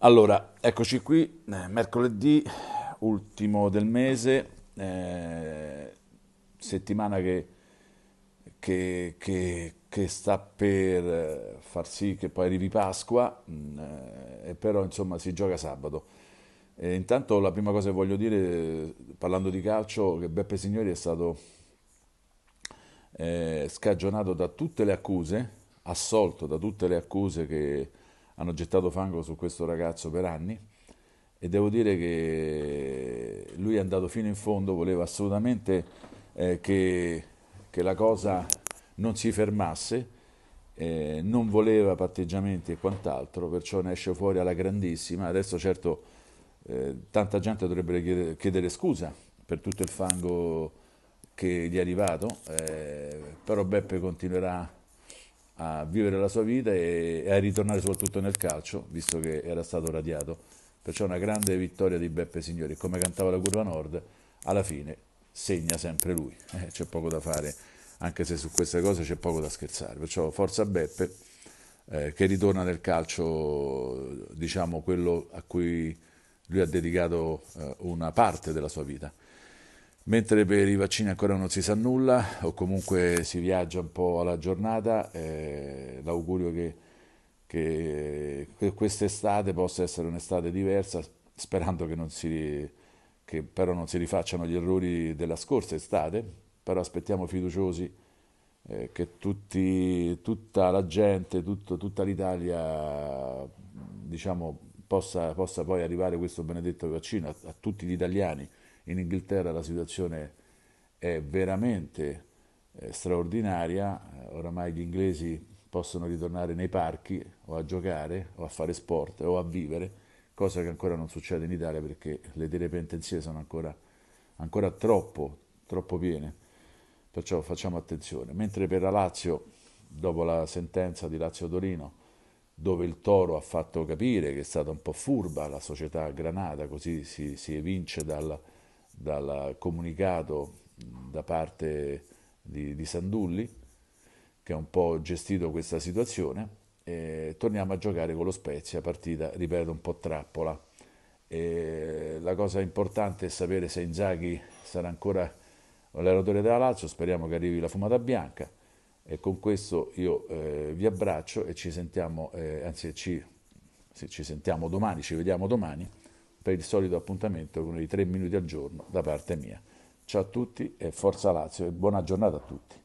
Allora, eccoci qui, mercoledì, ultimo del mese, settimana che sta per far sì che poi arrivi Pasqua, e però insomma si gioca sabato. E intanto la prima cosa che voglio dire, parlando di calcio, che Beppe Signori è stato scagionato da tutte le accuse, assolto da tutte le accuse che hanno gettato fango su questo ragazzo per anni e devo dire che lui è andato fino in fondo, voleva assolutamente che la cosa non si fermasse, non voleva patteggiamenti e quant'altro, perciò ne esce fuori alla grandissima. Adesso certo tanta gente dovrebbe chiedere scusa per tutto il fango che gli è arrivato, però Beppe continuerà a vivere la sua vita e a ritornare soprattutto nel calcio, visto che era stato radiato. Perciò una grande vittoria di Beppe Signori, come cantava la Curva Nord, alla fine segna sempre lui, c'è poco da fare, anche se su queste cose c'è poco da scherzare. Perciò forza Beppe, che ritorna nel calcio, diciamo, quello a cui lui ha dedicato una parte della sua vita. Mentre per i vaccini ancora non si sa nulla, o comunque si viaggia un po' alla giornata, l'augurio che quest'estate possa essere un'estate diversa, sperando che però non si rifacciano gli errori della scorsa estate, però aspettiamo fiduciosi che tutta la gente, tutta l'Italia, diciamo, possa poi arrivare questo benedetto vaccino a tutti gli italiani. In Inghilterra la situazione è veramente straordinaria, oramai gli inglesi possono ritornare nei parchi o a giocare o a fare sport o a vivere, cosa che ancora non succede in Italia perché le terapie intensive sono ancora troppo piene, perciò facciamo attenzione. Mentre per la Lazio, dopo la sentenza di Lazio-Torino, dove il Toro ha fatto capire che è stata un po' furba la società Granada, così si evince dal comunicato da parte di Sandulli, che ha un po' gestito questa situazione, e torniamo a giocare con lo Spezia, partita, ripeto, un po' trappola. E la cosa importante è sapere se Inzaghi sarà ancora l'allenatore della Lazio, speriamo che arrivi la fumata bianca e con questo io vi abbraccio e ci sentiamo, anzi sì, ci sentiamo domani, ci vediamo domani per il solito appuntamento con i 3 minuti al giorno da parte mia. Ciao a tutti e forza Lazio e buona giornata a tutti.